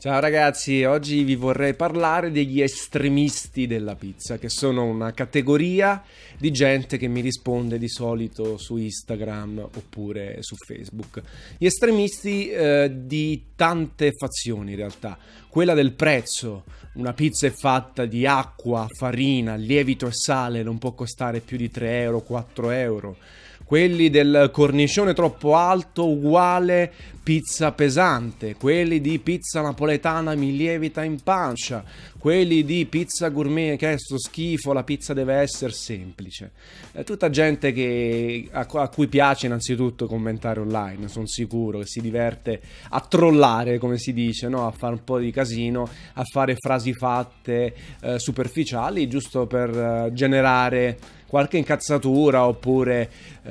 Ciao ragazzi, oggi vi vorrei parlare degli estremisti della pizza, che sono una categoria di gente che mi risponde di solito su Instagram oppure su Facebook. Gli estremisti di tante fazioni in realtà. Quella del prezzo, una pizza è fatta di acqua, farina, lievito e sale, non può costare più di 3 euro, 4 euro. Quelli del cornicione troppo alto uguale pizza pesante, quelli di pizza napoletana mi lievita in pancia, quelli di pizza gourmet che è sto schifo, la pizza deve essere semplice. È tutta gente a cui piace innanzitutto commentare online, sono sicuro, che si diverte a trollare, come si dice, no? A fare un po' di casino, a fare frasi fatte superficiali, giusto per generare qualche incazzatura oppure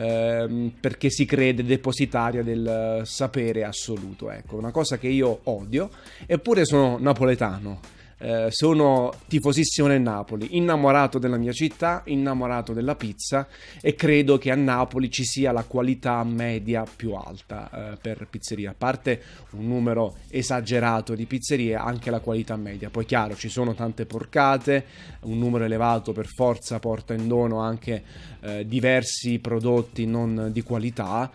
perché si crede depositaria del sapere assoluto. Ecco, una cosa che io odio, eppure sono napoletano. Sono tifosissimo del Napoli, innamorato della mia città, innamorato della pizza e credo che a Napoli ci sia la qualità media più alta per pizzeria. A parte un numero esagerato di pizzerie, anche la qualità media. Poi chiaro, ci sono tante porcate, un numero elevato per forza porta in dono anche diversi prodotti non di qualità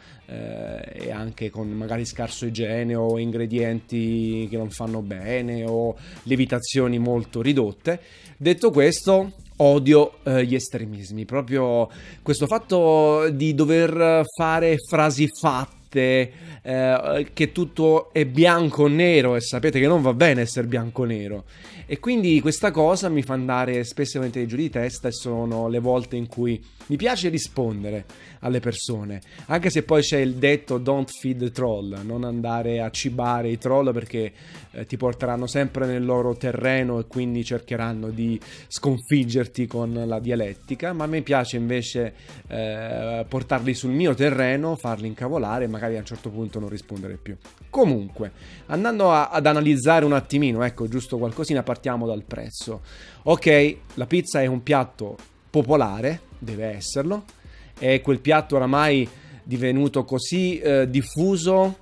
e anche con magari scarso igiene o ingredienti che non fanno bene o lievitazioni molto ridotte. Detto questo, odio gli estremismi, proprio questo fatto di dover fare frasi fatte, che tutto è bianco o nero, e sapete che non va bene essere bianco o nero, e quindi questa cosa mi fa andare spesso e volentieri giù di testa, e sono le volte in cui mi piace rispondere alle persone, anche se poi c'è il detto don't feed the troll, non andare a cibare i troll, perché ti porteranno sempre nel loro terreno e quindi cercheranno di sconfiggerti con la dialettica. Ma a me piace invece portarli sul mio terreno, farli incavolare e magari a un certo punto non rispondere più. Comunque, andando ad analizzare un attimino, ecco, giusto qualcosina, partiamo dal prezzo. Ok, la pizza è un piatto popolare, deve esserlo, è quel piatto oramai divenuto così diffuso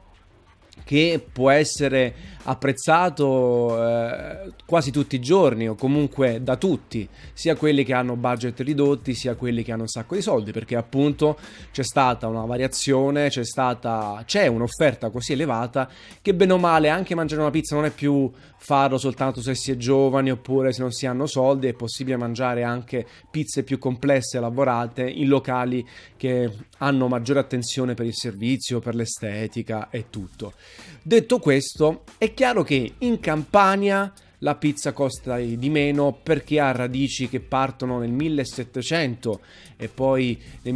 che può essere apprezzato quasi tutti i giorni, o comunque da tutti, sia quelli che hanno budget ridotti sia quelli che hanno un sacco di soldi, perché appunto c'è stata una variazione, c'è un'offerta così elevata che bene o male anche mangiare una pizza non è più farlo soltanto se si è giovani oppure se non si hanno soldi. È possibile mangiare anche pizze più complesse, elaborate, in locali che hanno maggiore attenzione per il servizio, per l'estetica e tutto. Detto questo, è chiaro che in Campania la pizza costa di meno perché ha radici che partono nel 1700 e poi nel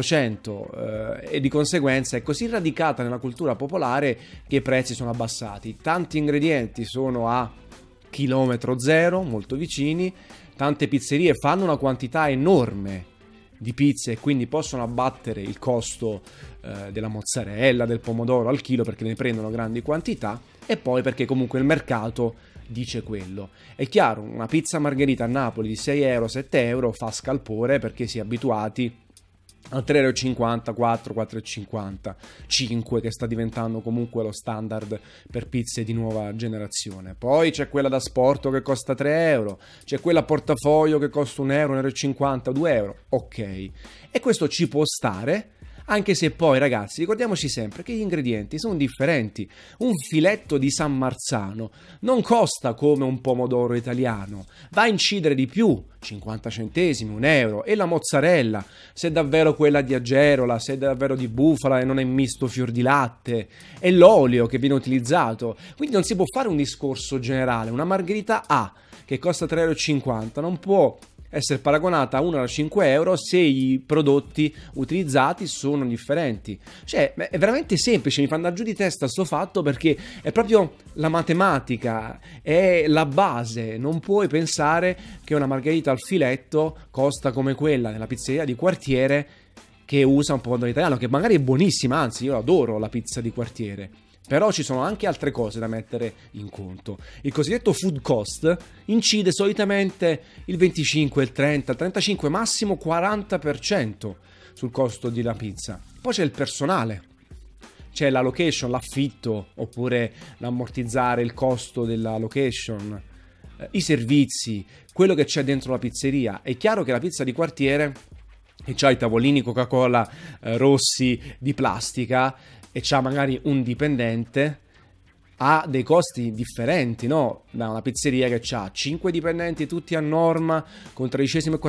1800 e di conseguenza è così radicata nella cultura popolare che i prezzi sono abbassati. Tanti ingredienti sono a chilometro zero, molto vicini, tante pizzerie fanno una quantità enorme di pizze e quindi possono abbattere il costo della mozzarella, del pomodoro al chilo, perché ne prendono grandi quantità, e poi perché comunque il mercato dice quello. È chiaro, una pizza margherita a Napoli di 6 euro, 7 euro fa scalpore perché si è abituati a 3,50 euro, 4, 4,50, 5, che sta diventando comunque lo standard per pizze di nuova generazione. Poi c'è quella da sporto che costa 3 euro, c'è quella a portafoglio che costa 1 euro, 1,50 euro, 2 euro, ok. E questo ci può stare, anche se poi, ragazzi, ricordiamoci sempre che gli ingredienti sono differenti. Un filetto di San Marzano non costa come un pomodoro italiano, va a incidere di più, 50 centesimi, 1 euro, e la mozzarella, se è davvero quella di Agerola, se è davvero di bufala e non è misto fior di latte, e l'olio che viene utilizzato. Quindi non si può fare un discorso generale. Una margherita A che costa 3,50 euro non può essere paragonata a una da 5 euro se i prodotti utilizzati sono differenti. Cioè, è veramente semplice, mi fa andare giù di testa sto fatto, perché è proprio la matematica, è la base. Non puoi pensare che una margherita al filetto costa come quella nella pizzeria di quartiere che usa un pomodoro italiano, che magari è buonissima, anzi io adoro la pizza di quartiere. Però ci sono anche altre cose da mettere in conto. Il cosiddetto food cost incide solitamente il 25, il 30, il 35, massimo 40% sul costo della pizza. Poi c'è il personale, c'è la location, l'affitto, oppure l'ammortizzare il costo della location, i servizi, quello che c'è dentro la pizzeria. È chiaro che la pizza di quartiere, che c'ha i tavolini Coca-Cola rossi di plastica e c'ha magari un dipendente, ha dei costi differenti, no? Da una pizzeria che ha 5 dipendenti tutti a norma con 13ª e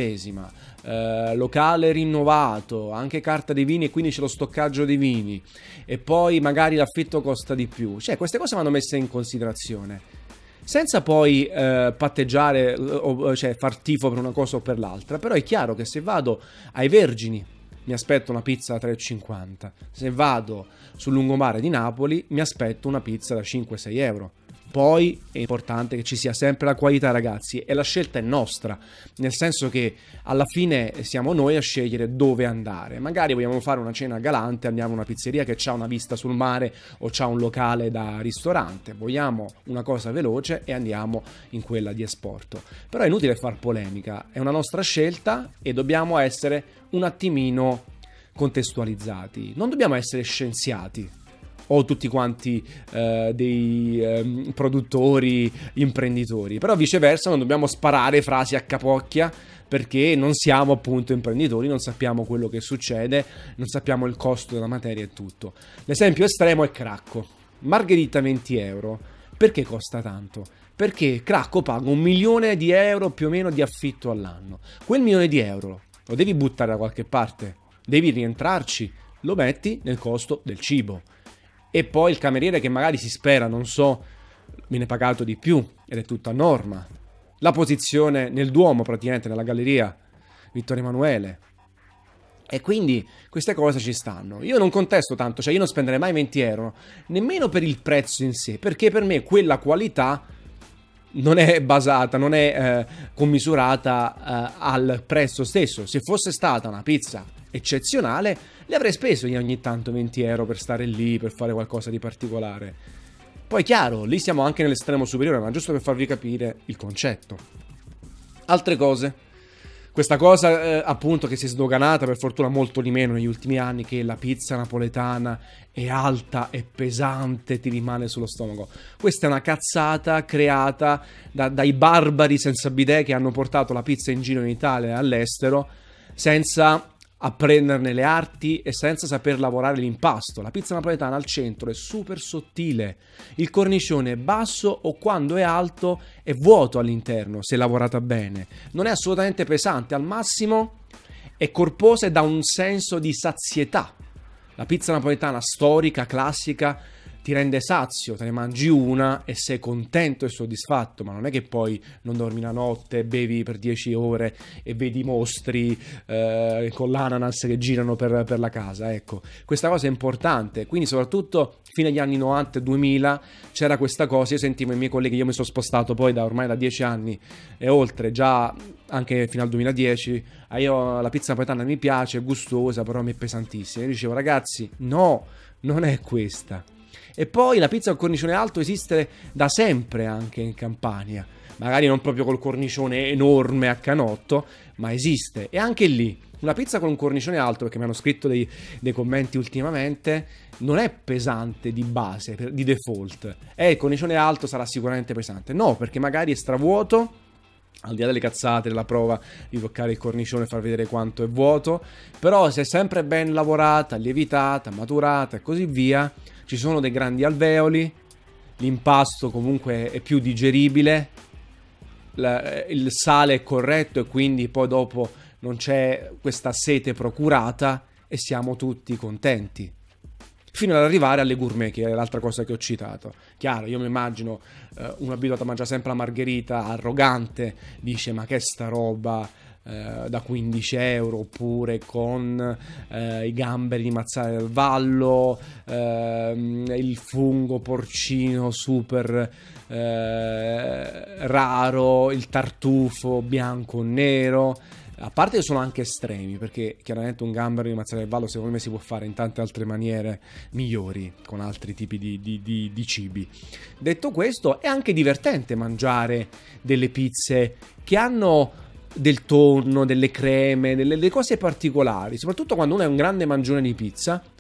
14ª, locale rinnovato, anche carta dei vini e quindi c'è lo stoccaggio dei vini, e poi magari l'affitto costa di più. Cioè, queste cose vanno messe in considerazione, senza poi patteggiare cioè far tifo per una cosa o per l'altra. Però è chiaro che se vado ai Vergini mi aspetto una pizza da 3,50 €, se vado sul lungomare di Napoli mi aspetto una pizza da 5-6 €. Poi è importante che ci sia sempre la qualità, ragazzi, e la scelta è nostra, nel senso che alla fine siamo noi a scegliere dove andare. Magari vogliamo fare una cena galante, andiamo a una pizzeria che ha una vista sul mare o c'ha un locale da ristorante. Vogliamo una cosa veloce e andiamo in quella di esporto. Però è inutile far polemica, è una nostra scelta e dobbiamo essere un attimino contestualizzati. Non dobbiamo essere scienziati o tutti quanti dei produttori, imprenditori, però viceversa non dobbiamo sparare frasi a capocchia, perché non siamo appunto imprenditori, non sappiamo quello che succede, non sappiamo il costo della materia e tutto. L'esempio estremo è Cracco. Margherita 20 €. Perché costa tanto? Perché Cracco paga 1 milione di euro più o meno di affitto all'anno. Quel milione di euro lo devi buttare da qualche parte, devi rientrarci, lo metti nel costo del cibo. E poi il cameriere che magari si spera, non so, viene pagato di più ed è tutto a norma. La posizione nel Duomo, praticamente nella galleria Vittorio Emanuele. E quindi queste cose ci stanno. Io non contesto tanto, cioè io non spenderei mai 20 €, nemmeno per il prezzo in sé, perché per me quella qualità non è basata, non è commisurata al prezzo stesso. Se fosse stata una pizza eccezionale, le avrei speso io ogni tanto 20 € per stare lì, per fare qualcosa di particolare. Poi chiaro, lì siamo anche nell'estremo superiore, ma giusto per farvi capire il concetto. Altre cose. Questa cosa appunto che si è sdoganata, per fortuna molto di meno negli ultimi anni, che la pizza napoletana è alta e pesante, ti rimane sullo stomaco. Questa è una cazzata creata dai barbari senza bidet che hanno portato la pizza in giro in Italia e all'estero senza apprenderne le arti e senza saper lavorare l'impasto. La pizza napoletana al centro è super sottile, il cornicione è basso o quando è alto è vuoto all'interno, se lavorata bene, non è assolutamente pesante, al massimo è corposa e dà un senso di sazietà. La pizza napoletana storica, classica, ti rende sazio, te ne mangi una e sei contento e soddisfatto, ma non è che poi non dormi la notte, bevi per 10 ore e vedi i mostri con l'ananas che girano per la casa. Ecco, questa cosa è importante, quindi soprattutto fino agli anni 90 e 2000 c'era questa cosa. Io sentivo i miei colleghi, io mi sono spostato poi ormai da 10 anni e oltre, già anche fino al 2010, io la pizza napoletana mi piace, è gustosa, però mi è pesantissima. Io dicevo, ragazzi, no, non è questa. E poi la pizza col cornicione alto esiste da sempre anche in Campania, magari non proprio col cornicione enorme a canotto, ma esiste. E anche lì una pizza con un cornicione alto, perché mi hanno scritto dei commenti ultimamente, non è pesante di base, di default. Il cornicione alto sarà sicuramente pesante. No, perché magari è stravuoto, al di là delle cazzate, della prova di toccare il cornicione e far vedere quanto è vuoto, però se è sempre ben lavorata, lievitata, maturata e così via, ci sono dei grandi alveoli, l'impasto comunque è più digeribile, il sale è corretto e quindi poi dopo non c'è questa sete procurata e siamo tutti contenti. Fino ad arrivare alle gourmet, che è l'altra cosa che ho citato. Chiaro, io mi immagino uno abituato a mangiare sempre la margherita, arrogante, dice ma che sta roba da 15 €, oppure con i gamberi di Mazzara del Vallo, il fungo porcino super raro, il tartufo bianco o nero. A parte che sono anche estremi, perché chiaramente un gambero di Mazzara del Vallo secondo me si può fare in tante altre maniere migliori, con altri tipi di cibi. Detto questo, è anche divertente mangiare delle pizze che hanno del tonno, delle creme, delle cose particolari, soprattutto quando uno è un grande mangione di pizza.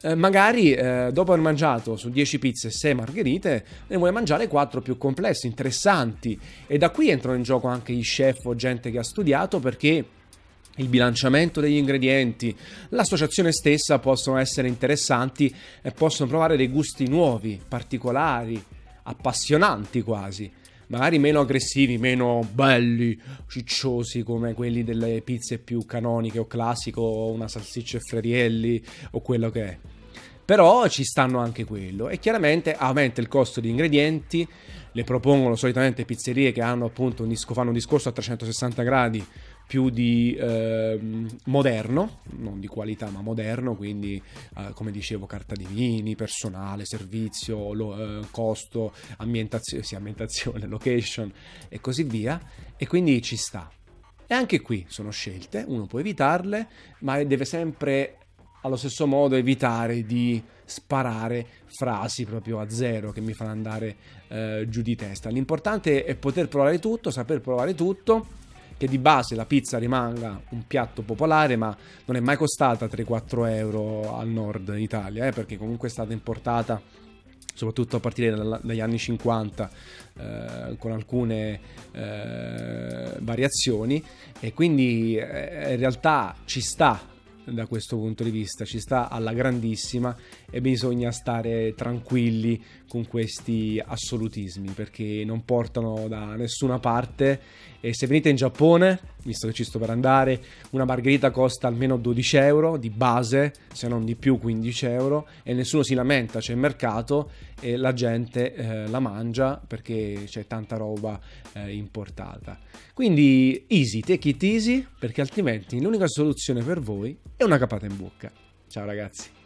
Magari dopo aver mangiato su 10 pizze e 6 margherite ne vuole mangiare 4 più complesse, interessanti, e da qui entrano in gioco anche gli chef o gente che ha studiato, perché il bilanciamento degli ingredienti, l'associazione stessa possono essere interessanti e possono provare dei gusti nuovi, particolari, appassionanti quasi, magari meno aggressivi, meno belli, cicciosi come quelli delle pizze più canoniche o classico, o una salsiccia e friarielli o quello che è. Però ci stanno anche quello, e chiaramente aumenta il costo di ingredienti. Le propongono solitamente pizzerie che hanno appunto fanno un discorso a 360 gradi più di moderno, non di qualità ma moderno, quindi come dicevo, carta di vini, personale, servizio, costo, ambientazione, location e così via, e quindi ci sta. E anche qui sono scelte, uno può evitarle, ma deve sempre allo stesso modo evitare di sparare frasi proprio a zero che mi fanno andare giù di testa. L'importante è poter provare tutto, saper provare tutto, che di base la pizza rimanga un piatto popolare, ma non è mai costata 3-4 euro al nord Italia, perché comunque è stata importata soprattutto a partire dagli anni 50 con alcune variazioni, e quindi in realtà ci sta. Da questo punto di vista ci sta alla grandissima, e bisogna stare tranquilli con questi assolutismi, perché non portano da nessuna parte. E se venite in Giappone, visto che ci sto per andare, una margherita costa almeno 12 euro di base, se non di più 15 euro, e nessuno si lamenta, c'è mercato e la gente la mangia perché c'è tanta roba importata. Quindi easy, take it easy, perché altrimenti l'unica soluzione per voi è una capata in bocca. Ciao ragazzi.